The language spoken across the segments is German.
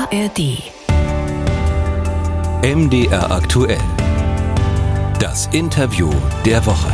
ARD. MDR aktuell. Das Interview der Woche.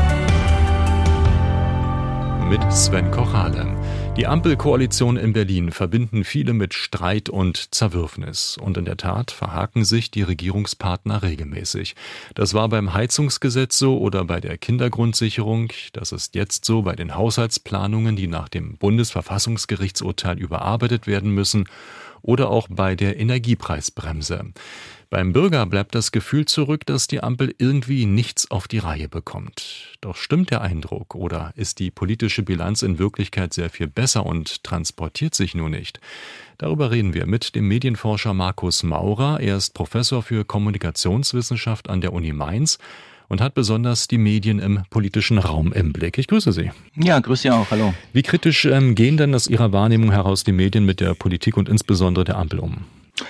Mit Sven Kochale. Die Ampelkoalition in Berlin verbinden viele mit Streit und Zerwürfnis. Und in der Tat verhaken sich die Regierungspartner regelmäßig. Das war beim Heizungsgesetz so oder bei der Kindergrundsicherung. Das ist jetzt so bei den Haushaltsplanungen, die nach dem Bundesverfassungsgerichtsurteil überarbeitet werden müssen. Oder auch bei der Energiepreisbremse. Beim Bürger bleibt das Gefühl zurück, dass die Ampel irgendwie nichts auf die Reihe bekommt. Doch stimmt der Eindruck oder ist die politische Bilanz in Wirklichkeit sehr viel besser und transportiert sich nur nicht? Darüber reden wir mit dem Medienforscher Markus Maurer. Er ist Professor für Kommunikationswissenschaft an der Uni Mainz und hat besonders die Medien im politischen Raum im Blick. Ich grüße Sie. Ja, grüße Sie auch. Hallo. Wie kritisch gehen denn aus Ihrer Wahrnehmung heraus die Medien mit der Politik und insbesondere der Ampel um?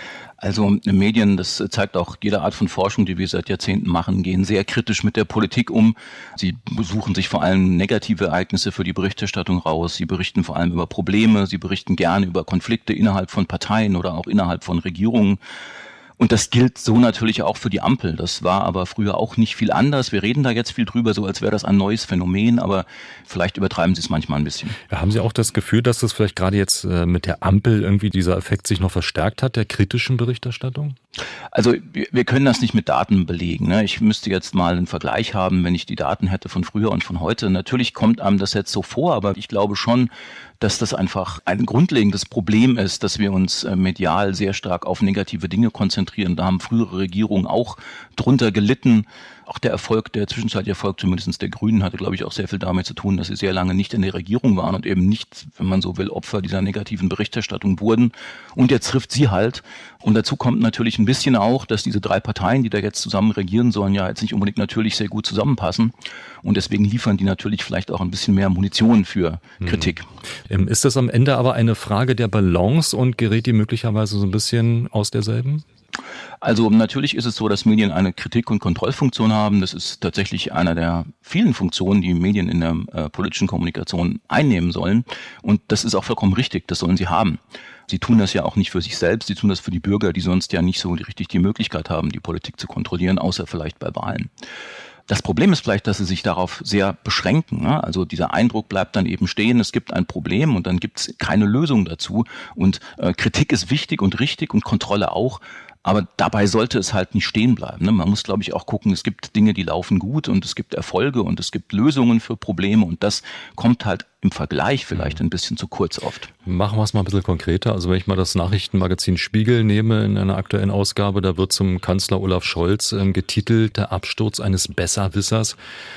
Also Medien, das zeigt auch jede Art von Forschung, die wir seit Jahrzehnten machen, gehen sehr kritisch mit der Politik um. Sie suchen sich vor allem negative Ereignisse für die Berichterstattung raus. Sie berichten vor allem über Probleme. Sie berichten gerne über Konflikte innerhalb von Parteien oder auch innerhalb von Regierungen. Und das gilt so natürlich auch für die Ampel. Das war aber früher auch nicht viel anders. Wir reden da jetzt viel drüber, so als wäre das ein neues Phänomen, aber vielleicht übertreiben Sie es manchmal ein bisschen. Ja, haben Sie auch das Gefühl, dass das vielleicht gerade jetzt mit der Ampel irgendwie dieser Effekt sich noch verstärkt hat, der kritischen Berichterstattung? Also wir können das nicht mit Daten belegen, ne? Ich müsste jetzt mal einen Vergleich haben, wenn ich die Daten hätte von früher und von heute. Natürlich kommt einem das jetzt so vor, aber ich glaube schon, dass das einfach ein grundlegendes Problem ist, dass wir uns medial sehr stark auf negative Dinge konzentrieren. Da haben frühere Regierungen auch drunter gelitten. Auch der Erfolg, der zwischenzeitliche Erfolg zumindest der Grünen, hatte, glaube ich, auch sehr viel damit zu tun, dass sie sehr lange nicht in der Regierung waren und eben nicht, wenn man so will, Opfer dieser negativen Berichterstattung wurden. Und jetzt trifft sie halt. Und dazu kommt natürlich ein bisschen auch, dass diese drei Parteien, die da jetzt zusammen regieren sollen, ja jetzt nicht unbedingt natürlich sehr gut zusammenpassen. Und deswegen liefern die natürlich vielleicht auch ein bisschen mehr Munition für Kritik. Ist das am Ende aber eine Frage der Balance und gerät die möglicherweise so ein bisschen aus derselben? Also natürlich ist es so, dass Medien eine Kritik- und Kontrollfunktion haben. Das ist tatsächlich einer der vielen Funktionen, die Medien in der politischen Kommunikation einnehmen sollen. Und das ist auch vollkommen richtig, das sollen sie haben. Sie tun das ja auch nicht für sich selbst, sie tun das für die Bürger, die sonst ja nicht so richtig die Möglichkeit haben, die Politik zu kontrollieren, außer vielleicht bei Wahlen. Das Problem ist vielleicht, dass sie sich darauf sehr beschränken. Ne? Also dieser Eindruck bleibt dann eben stehen, es gibt ein Problem und dann gibt es keine Lösung dazu. Und Kritik ist wichtig und richtig und Kontrolle auch. Aber dabei sollte es halt nicht stehen bleiben. Ne? Man muss, glaube ich, auch gucken, es gibt Dinge, die laufen gut und es gibt Erfolge und es gibt Lösungen für Probleme und das kommt halt im Vergleich vielleicht ein bisschen zu kurz oft. Machen wir es mal ein bisschen konkreter. Also wenn ich mal das Nachrichtenmagazin Spiegel nehme in einer aktuellen Ausgabe, da wird zum Kanzler Olaf Scholz getitelt, der Absturz eines Besserwissers.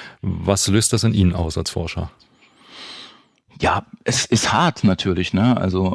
Was löst das in Ihnen aus als Forscher? Ja, es ist hart natürlich, ne? Also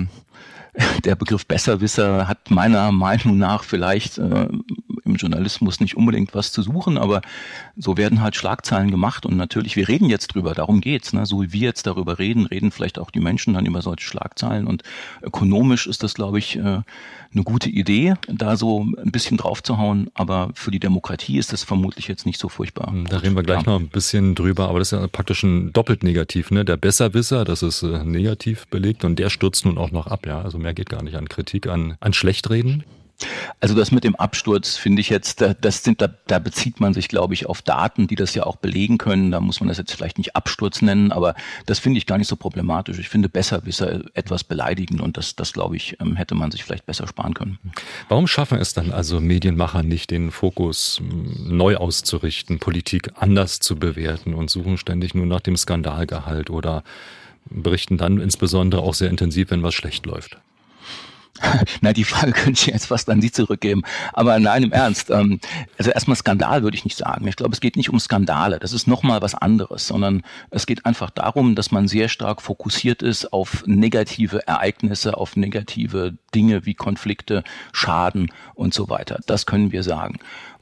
der Begriff Besserwisser hat meiner Meinung nach vielleicht im Journalismus nicht unbedingt was zu suchen, aber so werden halt Schlagzeilen gemacht und natürlich, wir reden jetzt drüber, darum geht's, ne? So wie wir jetzt darüber reden, reden vielleicht auch die Menschen dann über solche Schlagzeilen und ökonomisch ist das, glaube ich, eine gute Idee, da so ein bisschen drauf zu hauen, aber für die Demokratie ist das vermutlich jetzt nicht so furchtbar. Da reden wir gleich noch ein bisschen drüber, aber das ist ja praktisch ein doppelt negativ, ne? Der Besserwisser, das ist negativ belegt und der stürzt nun auch noch ab, ja, also mehr geht gar nicht an Kritik, an Schlechtreden. Also das mit dem Absturz finde ich jetzt, da bezieht man sich, glaube ich, auf Daten, die das ja auch belegen können. Da muss man das jetzt vielleicht nicht Absturz nennen, aber das finde ich gar nicht so problematisch. Ich finde Besserwisser etwas beleidigend und das glaube ich, hätte man sich vielleicht besser sparen können. Warum schaffen es dann also Medienmacher nicht, den Fokus neu auszurichten, Politik anders zu bewerten und suchen ständig nur nach dem Skandalgehalt oder berichten dann insbesondere auch sehr intensiv, wenn was schlecht läuft? Na, die Frage könnte ich jetzt fast an Sie zurückgeben. Aber nein, im Ernst. Also erstmal Skandal würde ich nicht sagen. Ich glaube, es geht nicht um Skandale. Das ist nochmal was anderes, sondern es geht einfach darum, dass man sehr stark fokussiert ist auf negative Ereignisse, auf negative Dinge wie Konflikte, Schaden und so weiter. Das können wir sagen.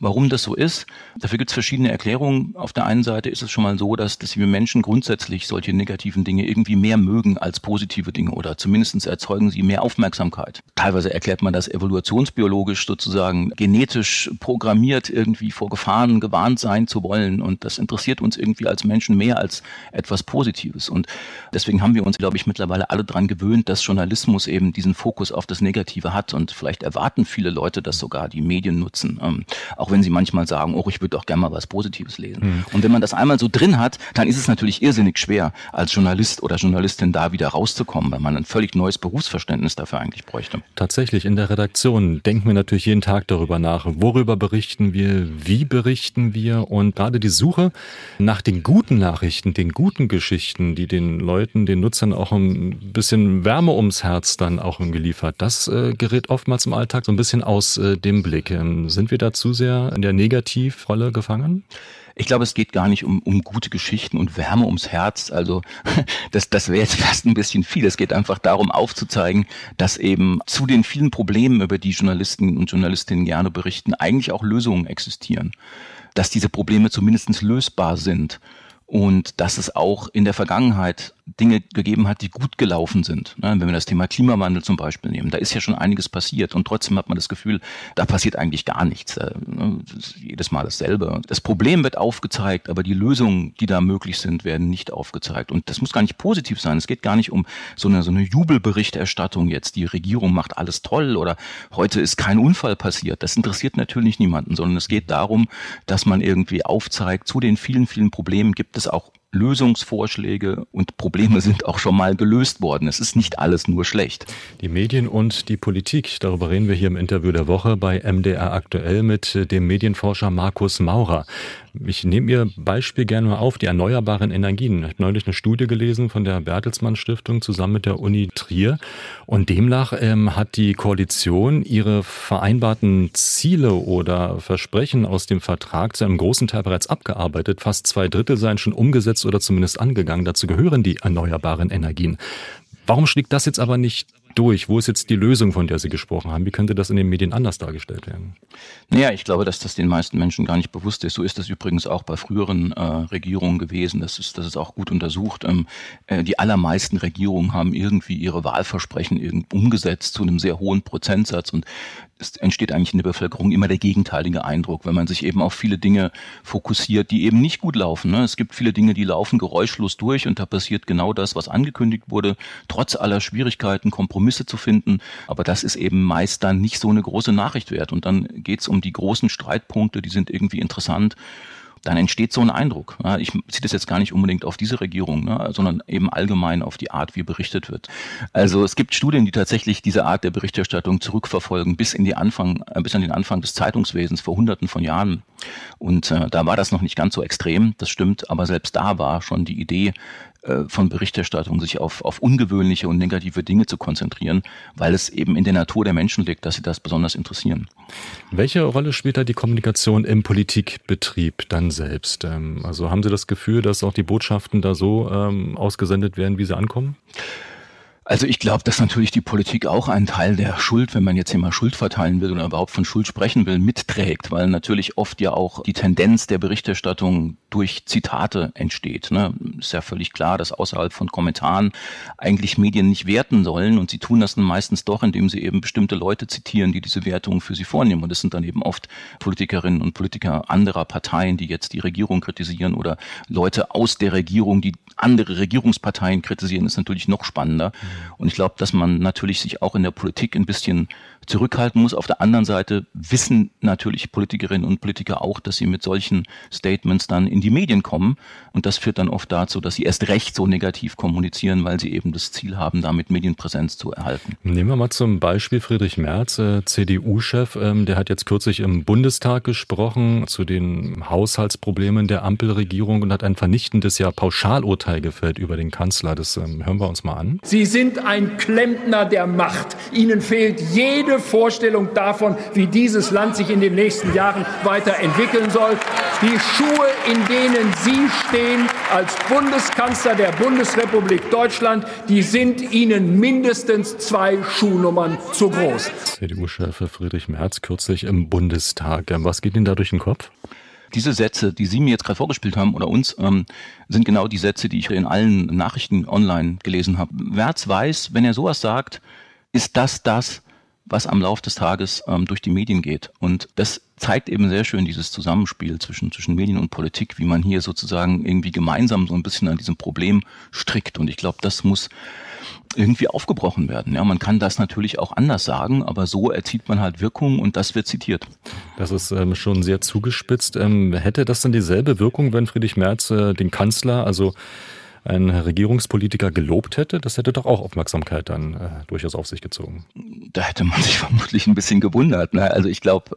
Warum das so ist, dafür gibt es verschiedene Erklärungen. Auf der einen Seite ist es schon mal so, dass wir Menschen grundsätzlich solche negativen Dinge irgendwie mehr mögen als positive Dinge oder zumindest erzeugen sie mehr Aufmerksamkeit. Teilweise erklärt man das evolutionsbiologisch sozusagen genetisch programmiert, irgendwie vor Gefahren gewarnt sein zu wollen und das interessiert uns irgendwie als Menschen mehr als etwas Positives und deswegen haben wir uns, glaube ich, mittlerweile alle daran gewöhnt, dass Journalismus eben diesen Fokus auf das Negative hat und vielleicht erwarten viele Leute, dass sogar die Medien nutzen, auch wenn sie manchmal sagen, oh, ich würde doch gerne mal was Positives lesen. Und wenn man das einmal so drin hat, dann ist es natürlich irrsinnig schwer, als Journalist oder Journalistin da wieder rauszukommen, weil man ein völlig neues Berufsverständnis dafür eigentlich bräuchte. Tatsächlich, in der Redaktion denken wir natürlich jeden Tag darüber nach, worüber berichten wir, wie berichten wir und gerade die Suche nach den guten Nachrichten, den guten Geschichten, die den Leuten, den Nutzern auch ein bisschen Wärme ums Herz dann auch geliefert, das gerät oftmals im Alltag so ein bisschen aus dem Blick. Sind wir da zu sehr in der Negativrolle gefangen? Ich glaube, es geht gar nicht um gute Geschichten und Wärme ums Herz. Also das wäre jetzt fast ein bisschen viel. Es geht einfach darum aufzuzeigen, dass eben zu den vielen Problemen, über die Journalisten und Journalistinnen gerne berichten, eigentlich auch Lösungen existieren. Dass diese Probleme zumindest lösbar sind. Und dass es auch in der Vergangenheit Dinge gegeben hat, die gut gelaufen sind. Wenn wir das Thema Klimawandel zum Beispiel nehmen, da ist ja schon einiges passiert und trotzdem hat man das Gefühl, da passiert eigentlich gar nichts. Das ist jedes Mal dasselbe. Das Problem wird aufgezeigt, aber die Lösungen, die da möglich sind, werden nicht aufgezeigt. Und das muss gar nicht positiv sein. Es geht gar nicht um so eine Jubelberichterstattung jetzt. Die Regierung macht alles toll oder heute ist kein Unfall passiert. Das interessiert natürlich niemanden, sondern es geht darum, dass man irgendwie aufzeigt, zu den vielen, vielen Problemen gibt es auch Lösungsvorschläge und Probleme sind auch schon mal gelöst worden. Es ist nicht alles nur schlecht. Die Medien und die Politik, darüber reden wir hier im Interview der Woche bei MDR aktuell mit dem Medienforscher Markus Maurer. Ich nehme Ihr Beispiel gerne mal auf, die erneuerbaren Energien. Ich habe neulich eine Studie gelesen von der Bertelsmann Stiftung zusammen mit der Uni Trier. Und demnach hat die Koalition ihre vereinbarten Ziele oder Versprechen aus dem Vertrag zu einem großen Teil bereits abgearbeitet. Fast 2/3 seien schon umgesetzt oder zumindest angegangen. Dazu gehören die erneuerbaren Energien. Warum schlägt das jetzt aber nicht durch? Wo ist jetzt die Lösung, von der Sie gesprochen haben? Wie könnte das in den Medien anders dargestellt werden? Naja, ich glaube, dass das den meisten Menschen gar nicht bewusst ist. So ist das übrigens auch bei früheren Regierungen gewesen. Das ist auch gut untersucht. Die allermeisten Regierungen haben irgendwie ihre Wahlversprechen umgesetzt zu einem sehr hohen Prozentsatz und es entsteht eigentlich in der Bevölkerung immer der gegenteilige Eindruck, wenn man sich eben auf viele Dinge fokussiert, die eben nicht gut laufen. Es gibt viele Dinge, die laufen geräuschlos durch und da passiert genau das, was angekündigt wurde, trotz aller Schwierigkeiten, Kompromisse zu finden. Aber das ist eben meist dann nicht so eine große Nachricht wert. Und dann geht es um die großen Streitpunkte, die sind irgendwie interessant. Dann entsteht so ein Eindruck. Ich ziehe das jetzt gar nicht unbedingt auf diese Regierung, sondern eben allgemein auf die Art, wie berichtet wird. Also es gibt Studien, die tatsächlich diese Art der Berichterstattung zurückverfolgen bis an den Anfang des Zeitungswesens vor Hunderten von Jahren. Und da war das noch nicht ganz so extrem, das stimmt, aber selbst da war schon die Idee von Berichterstattung, sich auf ungewöhnliche und negative Dinge zu konzentrieren, weil es eben in der Natur der Menschen liegt, dass sie das besonders interessieren. Welche Rolle spielt da die Kommunikation im Politikbetrieb dann selbst? Also haben Sie das Gefühl, dass auch die Botschaften da so ausgesendet werden, wie sie ankommen? Also ich glaube, dass natürlich die Politik auch einen Teil der Schuld, wenn man jetzt hier mal Schuld verteilen will oder überhaupt von Schuld sprechen will, mitträgt, weil natürlich oft ja auch die Tendenz der Berichterstattung durch Zitate entsteht. Ist ja völlig klar, dass außerhalb von Kommentaren eigentlich Medien nicht werten sollen und sie tun das dann meistens doch, indem sie eben bestimmte Leute zitieren, die diese Wertungen für sie vornehmen. Und das sind dann eben oft Politikerinnen und Politiker anderer Parteien, die jetzt die Regierung kritisieren oder Leute aus der Regierung, die andere Regierungsparteien kritisieren, ist natürlich noch spannender. Und ich glaube, dass man natürlich sich auch in der Politik ein bisschen zurückhalten muss. Auf der anderen Seite wissen natürlich Politikerinnen und Politiker auch, dass sie mit solchen Statements dann in die Medien kommen. Und das führt dann oft dazu, dass sie erst recht so negativ kommunizieren, weil sie eben das Ziel haben, damit Medienpräsenz zu erhalten. Nehmen wir mal zum Beispiel Friedrich Merz, CDU-Chef. Der hat jetzt kürzlich im Bundestag gesprochen zu den Haushaltsproblemen der Ampelregierung und hat ein vernichtendes Pauschalurteil gefällt über den Kanzler. Das hören wir uns mal an. Sie sind ein Klempner der Macht. Ihnen fehlt jede jede Vorstellung davon, wie dieses Land sich in den nächsten Jahren weiterentwickeln soll. Die Schuhe, in denen Sie stehen als Bundeskanzler der Bundesrepublik Deutschland, die sind Ihnen mindestens 2 Schuhnummern zu groß. CDU-Chef Friedrich Merz kürzlich im Bundestag. Was geht Ihnen da durch den Kopf? Diese Sätze, die Sie mir jetzt gerade vorgespielt haben oder uns, sind genau die Sätze, die ich in allen Nachrichten online gelesen habe. Merz weiß, wenn er sowas sagt, ist das, was am Laufe des Tages durch die Medien geht. Und das zeigt eben sehr schön dieses Zusammenspiel zwischen Medien und Politik, wie man hier sozusagen irgendwie gemeinsam so ein bisschen an diesem Problem strickt. Und ich glaube, das muss irgendwie aufgebrochen werden. Ja, man kann das natürlich auch anders sagen, aber so erzielt man halt Wirkung und das wird zitiert. Das ist schon sehr zugespitzt. Hätte das dann dieselbe Wirkung, wenn Friedrich Merz den Kanzler, also ein Regierungspolitiker, gelobt hätte? Das hätte doch auch Aufmerksamkeit dann durchaus auf sich gezogen. Da hätte man sich vermutlich ein bisschen gewundert. Ne? Also ich glaube,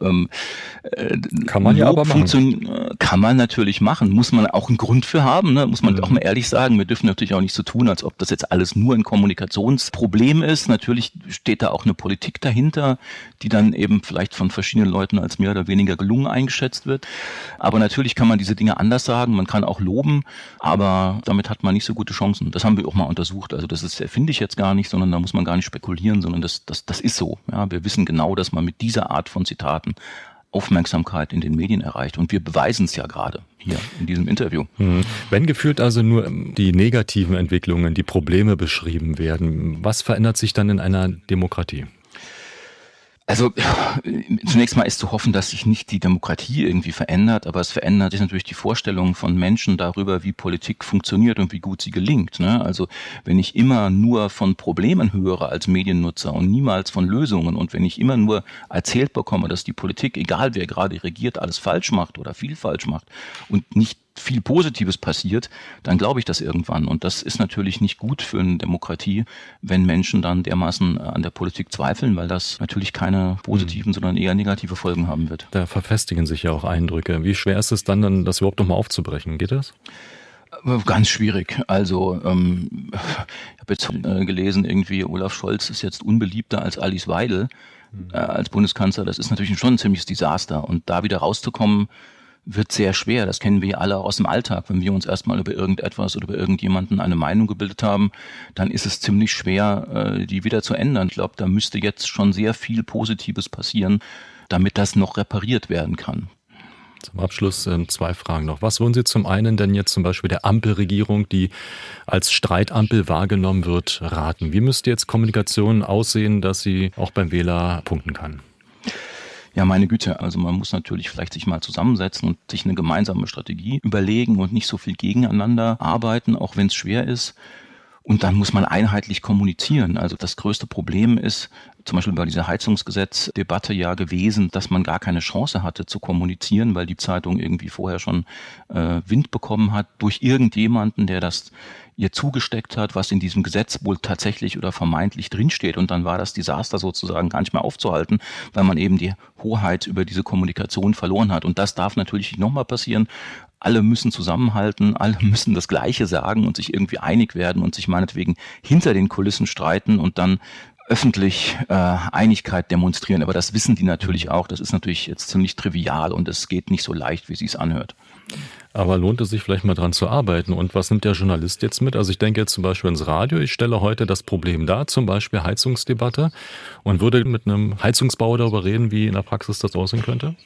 kann man ja aber machen. Kann man natürlich machen. Muss man auch einen Grund für haben. Ne? Muss man auch mal ehrlich sagen. Wir dürfen natürlich auch nicht so tun, als ob das jetzt alles nur ein Kommunikationsproblem ist. Natürlich steht da auch eine Politik dahinter, die dann eben vielleicht von verschiedenen Leuten als mehr oder weniger gelungen eingeschätzt wird. Aber natürlich kann man diese Dinge anders sagen. Man kann auch loben, aber damit hat man nicht so gute Chancen. Das haben wir auch mal untersucht. Also das erfinde ich jetzt gar nicht, sondern da muss man gar nicht spekulieren, sondern das ist so. Ja, wir wissen genau, dass man mit dieser Art von Zitaten Aufmerksamkeit in den Medien erreicht. Und wir beweisen es ja gerade hier in diesem Interview. Wenn gefühlt also nur die negativen Entwicklungen, die Probleme beschrieben werden, was verändert sich dann in einer Demokratie? Also zunächst mal ist zu hoffen, dass sich nicht die Demokratie irgendwie verändert, aber es verändert sich natürlich die Vorstellung von Menschen darüber, wie Politik funktioniert und wie gut sie gelingt. Ne? Also wenn ich immer nur von Problemen höre als Mediennutzer und niemals von Lösungen und wenn ich immer nur erzählt bekomme, dass die Politik, egal wer gerade regiert, alles falsch macht oder viel falsch macht und nicht viel Positives passiert, dann glaube ich das irgendwann. Und das ist natürlich nicht gut für eine Demokratie, wenn Menschen dann dermaßen an der Politik zweifeln, weil das natürlich keine positiven, sondern eher negative Folgen haben wird. Da verfestigen sich ja auch Eindrücke. Wie schwer ist es dann, das überhaupt nochmal aufzubrechen? Geht das? Ganz schwierig. Also ich habe jetzt gelesen, irgendwie Olaf Scholz ist jetzt unbeliebter als Alice Weidel als Bundeskanzler. Das ist natürlich schon ein ziemliches Desaster. Und da wieder rauszukommen, wird sehr schwer. Das kennen wir alle aus dem Alltag. Wenn wir uns erstmal über irgendetwas oder über irgendjemanden eine Meinung gebildet haben, dann ist es ziemlich schwer, die wieder zu ändern. Ich glaube, da müsste jetzt schon sehr viel Positives passieren, damit das noch repariert werden kann. Zum Abschluss 2 Fragen noch. Was würden Sie zum einen denn jetzt zum Beispiel der Ampelregierung, die als Streitampel wahrgenommen wird, raten? Wie müsste jetzt Kommunikation aussehen, dass sie auch beim Wähler punkten kann? Ja, meine Güte, also man muss natürlich vielleicht sich mal zusammensetzen und sich eine gemeinsame Strategie überlegen und nicht so viel gegeneinander arbeiten, auch wenn es schwer ist. Und dann muss man einheitlich kommunizieren. Also das größte Problem ist zum Beispiel bei dieser Heizungsgesetzdebatte ja gewesen, dass man gar keine Chance hatte zu kommunizieren, weil die Zeitung irgendwie vorher schon Wind bekommen hat durch irgendjemanden, der das ihr zugesteckt hat, was in diesem Gesetz wohl tatsächlich oder vermeintlich drinsteht. Und dann war das Desaster sozusagen gar nicht mehr aufzuhalten, weil man eben die Hoheit über diese Kommunikation verloren hat. Und das darf natürlich nicht nochmal passieren. Alle müssen zusammenhalten, alle müssen das Gleiche sagen und sich irgendwie einig werden und sich meinetwegen hinter den Kulissen streiten und dann öffentlich Einigkeit demonstrieren. Aber das wissen die natürlich auch. Das ist natürlich jetzt ziemlich trivial und es geht nicht so leicht, wie es sich anhört. Aber lohnt es sich vielleicht mal dran zu arbeiten? Und was nimmt der Journalist jetzt mit? Also ich denke jetzt zum Beispiel ins Radio. Ich stelle heute das Problem dar, zum Beispiel Heizungsdebatte, und würde mit einem Heizungsbauer darüber reden, wie in der Praxis das aussehen könnte?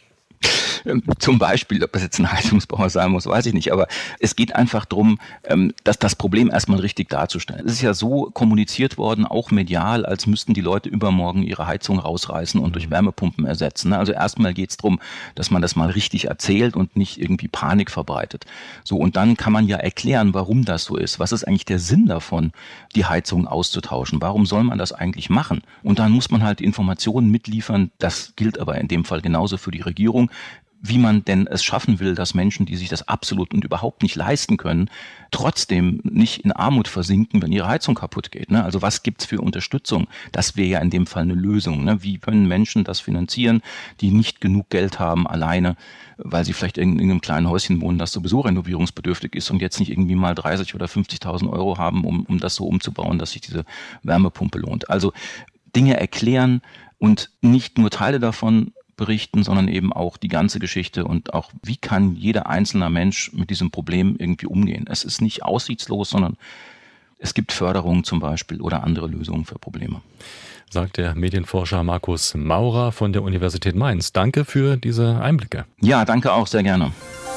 Zum Beispiel, ob das jetzt ein Heizungsbauer sein muss, weiß ich nicht. Aber es geht einfach darum, dass das Problem erstmal richtig darzustellen. Es ist ja so kommuniziert worden, auch medial, als müssten die Leute übermorgen ihre Heizung rausreißen und durch Wärmepumpen ersetzen. Also erstmal geht es darum, dass man das mal richtig erzählt und nicht irgendwie Panik verbreitet. So, und dann kann man ja erklären, warum das so ist. Was ist eigentlich der Sinn davon, die Heizung auszutauschen? Warum soll man das eigentlich machen? Und dann muss man halt Informationen mitliefern. Das gilt aber in dem Fall genauso für die Regierung, wie man denn es schaffen will, dass Menschen, die sich das absolut und überhaupt nicht leisten können, trotzdem nicht in Armut versinken, wenn ihre Heizung kaputt geht. Ne? Also was gibt's für Unterstützung? Das wäre ja in dem Fall eine Lösung. Ne? Wie können Menschen das finanzieren, die nicht genug Geld haben alleine, weil sie vielleicht in einem kleinen Häuschen wohnen, das sowieso renovierungsbedürftig ist und jetzt nicht irgendwie mal 30.000 oder 50.000 Euro haben, um das so umzubauen, dass sich diese Wärmepumpe lohnt. Also Dinge erklären und nicht nur Teile davon berichten, sondern eben auch die ganze Geschichte und auch, wie kann jeder einzelne Mensch mit diesem Problem irgendwie umgehen. Es ist nicht aussichtslos, sondern es gibt Förderung zum Beispiel oder andere Lösungen für Probleme. Sagt der Medienforscher Markus Maurer von der Universität Mainz. Danke für diese Einblicke. Ja, danke auch, sehr gerne.